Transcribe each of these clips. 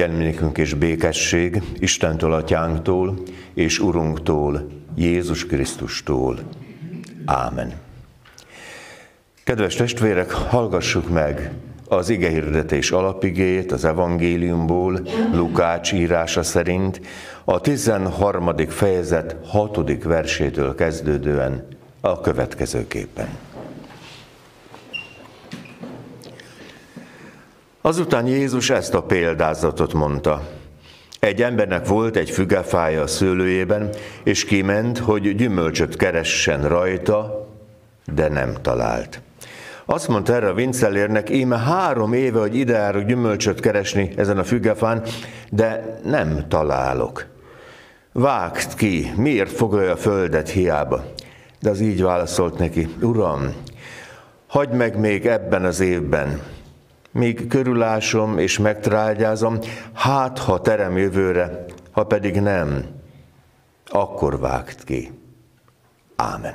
Legyen nékünk és békesség Istentől, Atyánktól és Urunktól, Jézus Krisztustól. Ámen. Kedves testvérek, hallgassuk meg az igehirdetés alapigéjét az evangéliumból, Lukács írása szerint, a 13. fejezet 6. versétől kezdődően a következőképpen. Azután Jézus ezt a példázatot mondta. Egy embernek volt egy fügefája a szőlőjében, és kiment, hogy gyümölcsöt keressen rajta, de nem talált. Azt mondta erre a vincellérnek, íme 3 éve, hogy ide járok gyümölcsöt keresni ezen a fügefán, de nem találok. Vágd ki, miért foglalja a földet hiába? De az így válaszolt neki, Uram, hagyd meg még ebben az évben, míg körülásom és megtrágyázom, hát ha terem jövőre, ha pedig nem, akkor vágd ki. Ámen.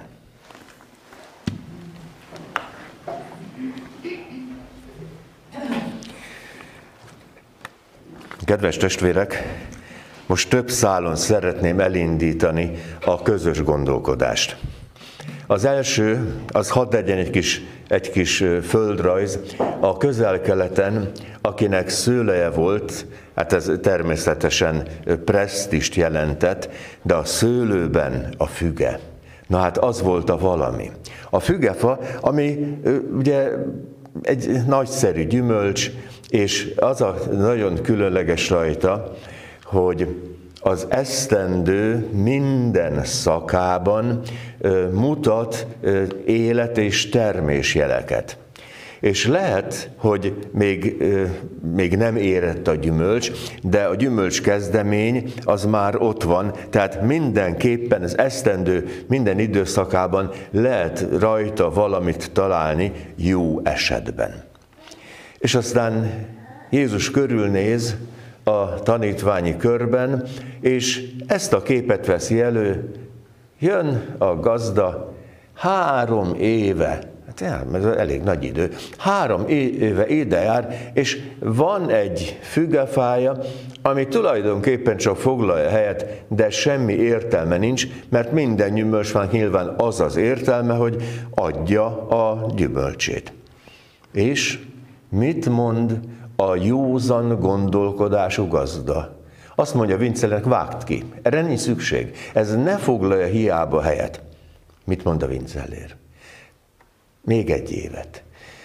Kedves testvérek, most több szálon szeretném elindítani a közös gondolkodást. Az első, az hadd legyen egy kis földrajz. A Közel-Keleten, akinek szőlője volt, hát ez természetesen presztízst jelentett, de a szőlőben a füge. Na hát az volt a valami. A fügefa, ami ugye egy nagyszerű gyümölcs, és az a nagyon különleges rajta, hogy az esztendő minden szakában mutat élet és termésjeleket. És lehet, hogy még nem érett a gyümölcs, de a gyümölcs kezdemény az már ott van, tehát mindenképpen az esztendő minden időszakában lehet rajta valamit találni jó esetben. És aztán Jézus körülnéz a tanítványi körben, és ezt a képet veszi elő, jön a gazda 3 éve, hát ez elég nagy idő, 3 éve ide jár, és van egy fügefája, ami tulajdonképpen csak foglalja helyet, de semmi értelme nincs, mert minden gyümölcsfának nyilván az az értelme, hogy adja a gyümölcsét. És mit mond a józan gondolkodású gazda? Azt mondja Vincellernek, vágd ki, erre nincs szükség, ez ne foglalja hiába helyet. Mit mond a Vincellér? Még 1 évet.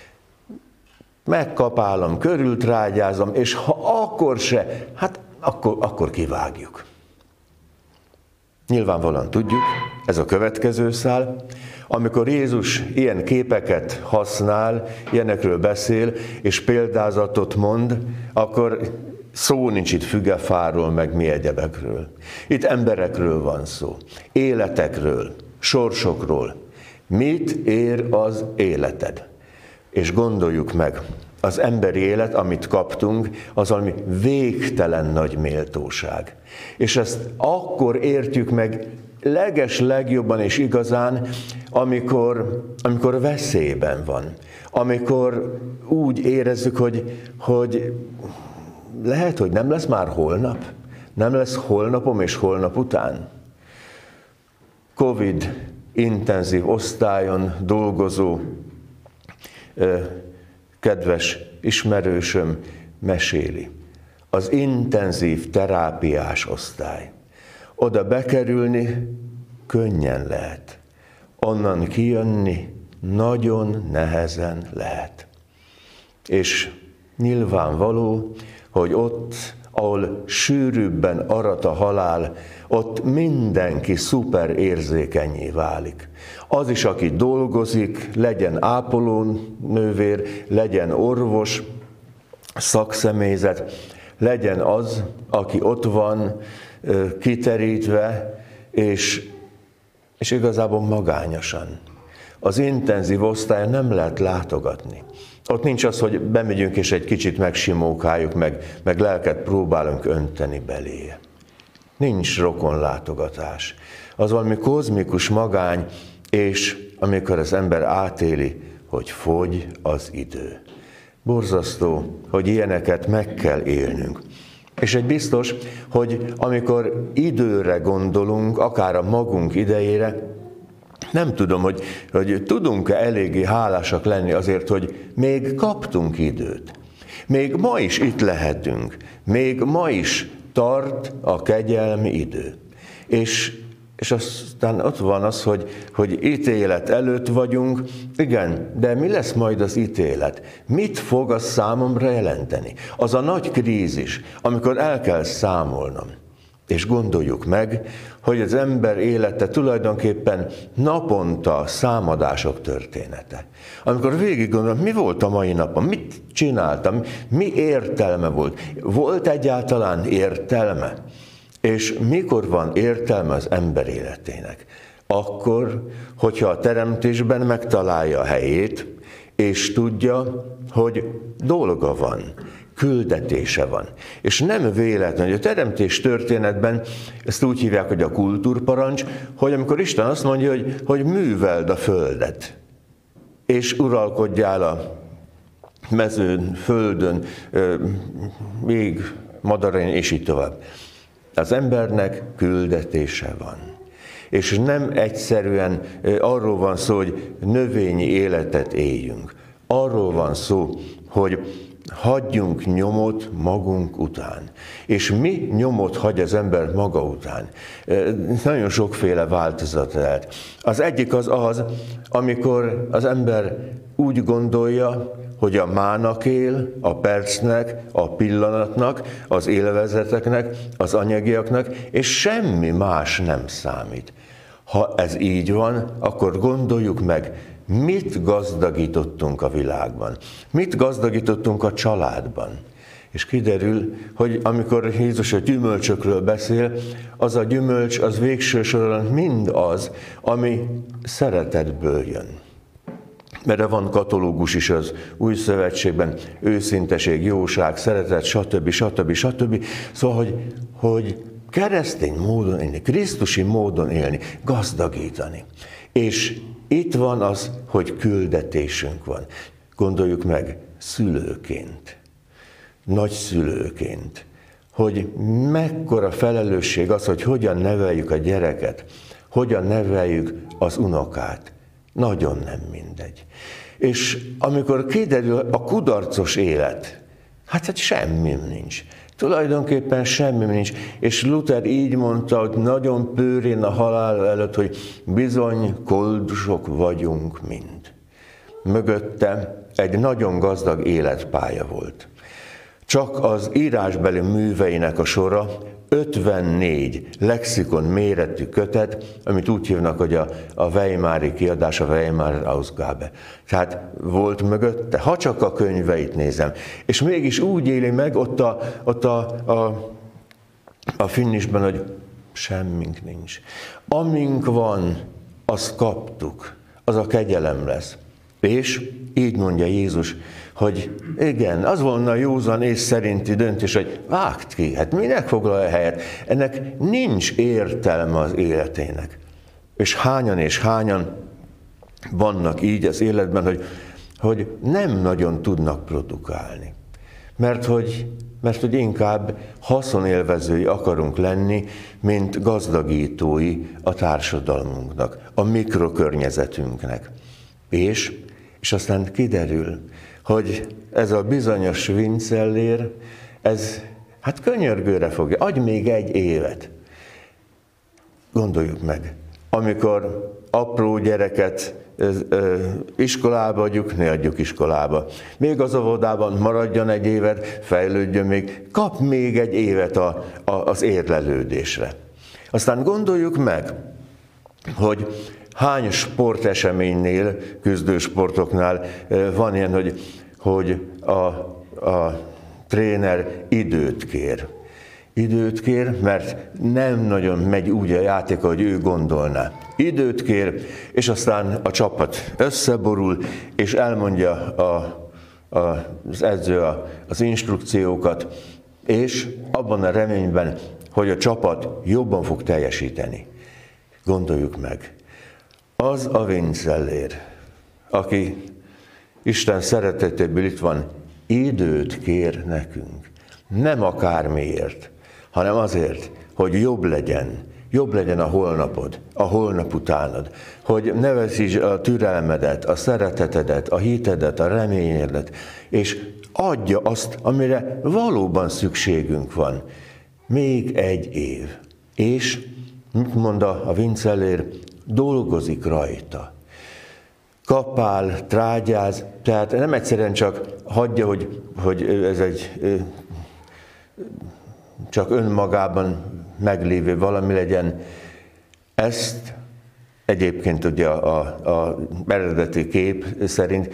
Megkapálom, körültrágyázom, és ha akkor se, hát akkor kivágjuk. Nyilvánvalóan tudjuk, ez a következő szál, amikor Jézus ilyen képeket használ, ilyenekről beszél, és példázatot mond, akkor szó nincs itt fügefáról, meg mi egyebekről. Itt emberekről van szó, életekről, sorsokról. Mit ér az életed? És gondoljuk meg, az emberi élet, amit kaptunk, az valami végtelen nagy méltóság. És ezt akkor értjük meg legjobban és igazán, amikor veszélyben van. Amikor úgy érezzük, hogy lehet, hogy nem lesz már holnap. Nem lesz holnapom és holnap után. Covid intenzív osztályon dolgozó kedves ismerősöm meséli. Az intenzív terápiás osztály. Oda bekerülni könnyen lehet. Onnan kijönni nagyon nehezen lehet. És nyilvánvaló, hogy ott, ahol sűrűbben arat a halál, ott mindenki szuper érzékenyé válik. Az is, aki dolgozik, legyen ápolónővér, legyen orvos, szakszemélyzet, legyen az, aki ott van kiterítve, és igazából magányosan. Az intenzív osztályon nem lehet látogatni. Ott nincs az, hogy bemegyünk és egy kicsit megsimókáljuk, meg lelket próbálunk önteni beléje. Nincs rokonlátogatás. Az valami kozmikus magány, és amikor az ember átéli, hogy fogy az idő. Borzasztó, hogy ilyeneket meg kell élnünk. És egy biztos, hogy amikor időre gondolunk, akár a magunk idejére, nem tudom, hogy tudunk-e eléggé hálásak lenni azért, hogy még kaptunk időt. Még ma is itt lehetünk. Még ma is tart a kegyelmi idő. És aztán ott van az, hogy ítélet előtt vagyunk. Igen, de mi lesz majd az ítélet? Mit fog az számomra jelenteni? Az a nagy krízis, amikor el kell számolnom. És gondoljuk meg, hogy az ember élete tulajdonképpen naponta számadások története. Amikor végig gondolom, mi volt a mai napon, mit csináltam, mi értelme volt, volt egyáltalán értelme? És mikor van értelme az ember életének? Akkor, hogyha a teremtésben megtalálja a helyét, és tudja, hogy dolga van, küldetése van. És nem véletlen, hogy a teremtés történetben, ezt úgy hívják, hogy a kultúrparancs, hogy amikor Isten azt mondja, hogy műveld a földet, és uralkodjál a mezőn, földön, még madarain, és így tovább. Az embernek küldetése van. És nem egyszerűen arról van szó, hogy növényi életet éljünk. Arról van szó, hogy hagyjunk nyomot magunk után. És mi nyomot hagy az ember maga után? Nagyon sokféle változat lehet. Az egyik az, amikor az ember úgy gondolja, hogy a mának él, a percnek, a pillanatnak, az élvezeteknek, az anyagiaknak, és semmi más nem számít. Ha ez így van, akkor gondoljuk meg, mit gazdagítottunk a világban, mit gazdagítottunk a családban. És kiderül, hogy amikor Jézus a gyümölcsökről beszél, az a gyümölcs az végső soron mind az, ami szeretetből jön. Mert van katalógus is az Új Szövetségben, őszinteség, jóság, szeretet, stb. Szóval, hogy keresztény módon élni, krisztusi módon élni, gazdagítani. És itt van az, hogy küldetésünk van. Gondoljuk meg, szülőként, nagyszülőként, hogy mekkora felelősség az, hogy hogyan neveljük a gyereket, hogyan neveljük az unokát. Nagyon nem mindegy. És amikor kiderül a kudarcos élet, hát semmi nincs. Tulajdonképpen semmi nincs. És Luther így mondta, hogy nagyon pőrén a halál előtt, hogy bizony koldusok vagyunk mind. Mögötte egy nagyon gazdag életpálya volt. Csak az írásbeli műveinek a sora 54 lexikon méretű kötet, amit úgy hívnak, hogy a Weimari kiadás, a Weimar Ausgabe. Tehát volt mögötte, ha csak a könyveit nézem. És mégis úgy éli meg ott a finisben, hogy semmink nincs. Amink van, azt kaptuk, az a kegyelem lesz. És így mondja Jézus, hogy igen, az volna a józan ész szerinti döntés, hogy vágd ki, hát minek foglalja helyet? Ennek nincs értelme az életének. És hányan vannak így az életben, hogy nem nagyon tudnak produkálni. Mert hogy inkább haszonélvezői akarunk lenni, mint gazdagítói a társadalmunknak, a mikrokörnyezetünknek. És aztán kiderül, hogy ez a bizonyos vincellér, ez hát könyörgőre fogja. Adj még egy évet. Gondoljuk meg, amikor apró gyereket iskolába adjuk, ne adjuk iskolába. Még az óvodában maradjon egy évet, fejlődjön még, kap még egy évet az érlelődésre. Aztán gondoljuk meg, hogy hány sporteseménynél, küzdősportoknál van ilyen, hogy a tréner időt kér. Időt kér, mert nem nagyon megy úgy a játék, ahogy ő gondolná. Időt kér, és aztán a csapat összeborul, és elmondja az edző az instrukciókat, és abban a reményben, hogy a csapat jobban fog teljesíteni. Gondoljuk meg. Az a vincellér, aki Isten szeretetéből itt van, időt kér nekünk. Nem akármiért, hanem azért, hogy jobb legyen a holnapod, a holnap utánad, hogy ne veszíts a türelmedet, a szeretetedet, a hitedet, a reményedet, és adja azt, amire valóban szükségünk van. Még egy év. És, mit mond a Vincellér, dolgozik rajta. Kapál, trágyáz, tehát nem egyszerűen csak hagyja, hogy ez egy csak önmagában meglévő valami legyen. Ezt egyébként ugye a eredeti kép szerint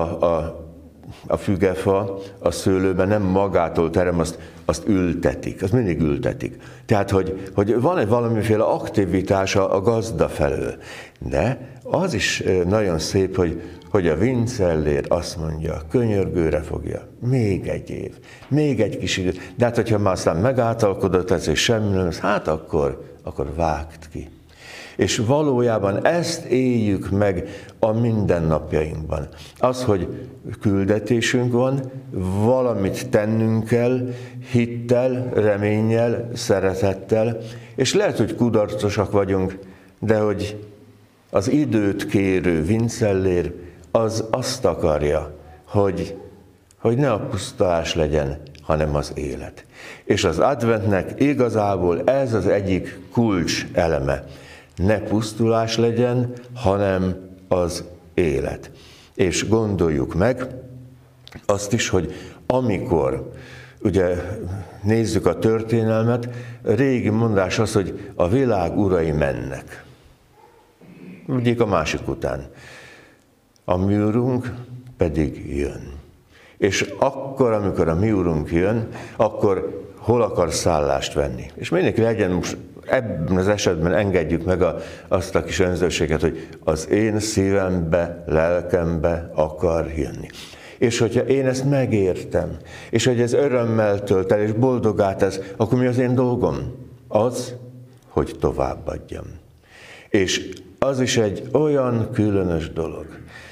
a fügefa a szőlőben nem magától terem, azt ültetik, azt mindig ültetik. Tehát, hogy van egy valamiféle aktivitása a gazda felől. De az is nagyon szép, hogy a Vincellér azt mondja, könyörgőre fogja, még egy év, még egy kis idő. De hát, hogyha már aztán megáltalkodott ez, és semmi nem lesz, hát akkor vágd ki. És valójában ezt éljük meg a mindennapjainkban. Az, hogy küldetésünk van, valamit tennünk kell, hittel, reménnyel, szeretettel, és lehet, hogy kudarcosak vagyunk, de hogy az időt kérő Vincellér az azt akarja, hogy ne a pusztulás legyen, hanem az élet. És az adventnek igazából ez az egyik kulcs eleme. Ne pusztulás legyen, hanem az élet. És gondoljuk meg azt is, hogy amikor, ugye nézzük a történelmet, régi mondás az, hogy a világ urai mennek. Egyik a másik után. A mi urunk pedig jön. És akkor, amikor a mi urunk jön, akkor hol akar szállást venni? És mindenki legyen most ebben az esetben engedjük meg azt a kis önzőséget, hogy az én szívembe, lelkembe akar jönni. És hogyha én ezt megértem, és hogy ez örömmel tölt el, és boldogá tesz, akkor mi az én dolgom? Az, hogy továbbadjam. És az is egy olyan különös dolog.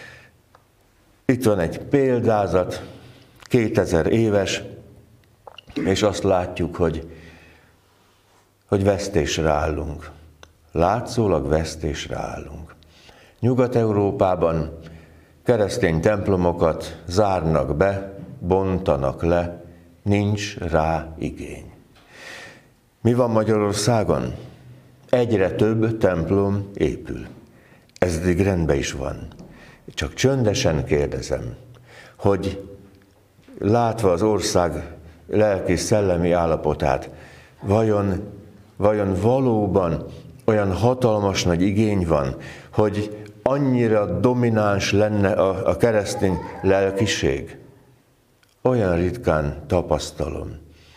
Itt van egy példázat, 2000 éves, és azt látjuk, hogy vesztésre állunk. Látszólag vesztésre állunk. Nyugat-Európában keresztény templomokat zárnak be, bontanak le, nincs rá igény. Mi van Magyarországon? Egyre több templom épül. Ez eddig rendben is van. Csak csöndesen kérdezem, hogy látva az ország lelki-szellemi állapotát, vajon valóban olyan hatalmas nagy igény van, hogy annyira domináns lenne a keresztény lelkiség? Olyan ritkán tapasztalom.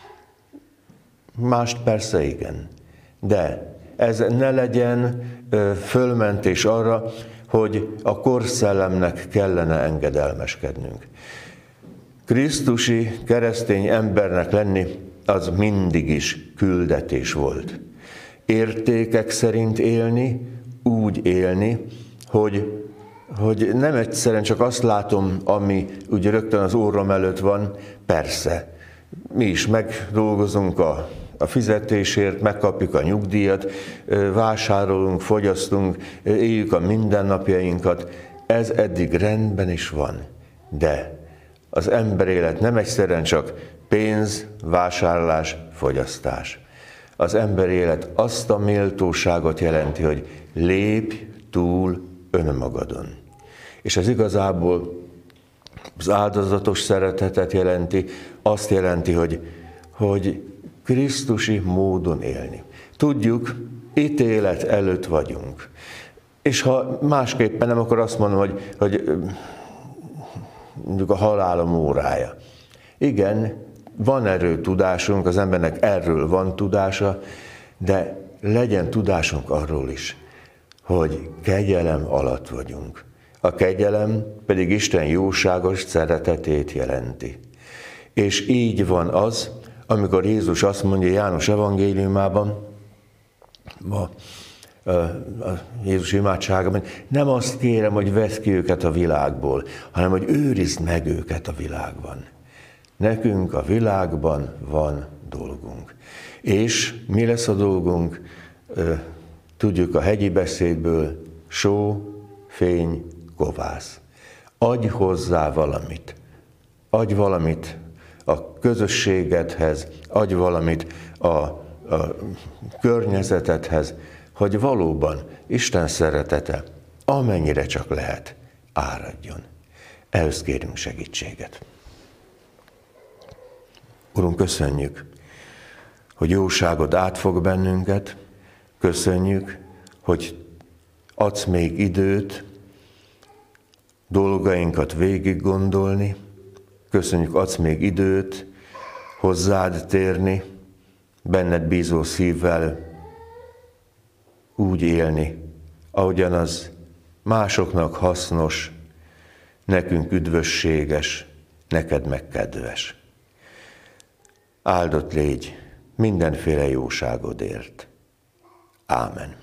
Mást persze igen, de ez ne legyen fölmentés arra, hogy a korszellemnek kellene engedelmeskednünk. Krisztusi keresztény embernek lenni, az mindig is küldetés volt. Értékek szerint élni, úgy élni, hogy nem egyszerűen csak azt látom, ami úgy rögtön az orrom előtt van, persze. Mi is megdolgozunk a fizetésért, megkapjuk a nyugdíjat, vásárolunk, fogyasztunk, éljük a mindennapjainkat. Ez eddig rendben is van, de az emberélet nem egyszerűen csak pénz, vásárlás, fogyasztás. Az emberélet azt a méltóságot jelenti, hogy lépj túl önmagadon. És ez igazából az áldozatos szeretetet jelenti, azt jelenti, hogy krisztusi módon élni. Tudjuk, ítélet előtt vagyunk. És ha másképpen nem, akkor azt mondom, hogy mondjuk a halálom órája. Igen, van erről tudásunk, az embernek erről van tudása, de legyen tudásunk arról is, hogy kegyelem alatt vagyunk. A kegyelem pedig Isten jóságos szeretetét jelenti. És így van az, amikor Jézus azt mondja János evangéliumában, a Jézus imádságában, nem azt kérem, hogy vedd ki őket a világból, hanem hogy őrizd meg őket a világban. nekünk a világban van dolgunk. És mi lesz a dolgunk? Tudjuk a hegyi beszédből, só, fény, kovász. Adj hozzá valamit. Adj valamit a közösségedhez, adj valamit a környezetedhez, hogy valóban Isten szeretete, amennyire csak lehet, áradjon. Ehhez kérünk segítséget. Urunk, köszönjük, hogy jóságod átfog bennünket, köszönjük, hogy adsz még időt dolgainkat végig gondolni, köszönjük, adsz még időt hozzád térni, benned bízó szívvel úgy élni, ahogyan az másoknak hasznos, nekünk üdvösséges, neked meg kedves. Áldott légy mindenféle jóságodért. Ámen.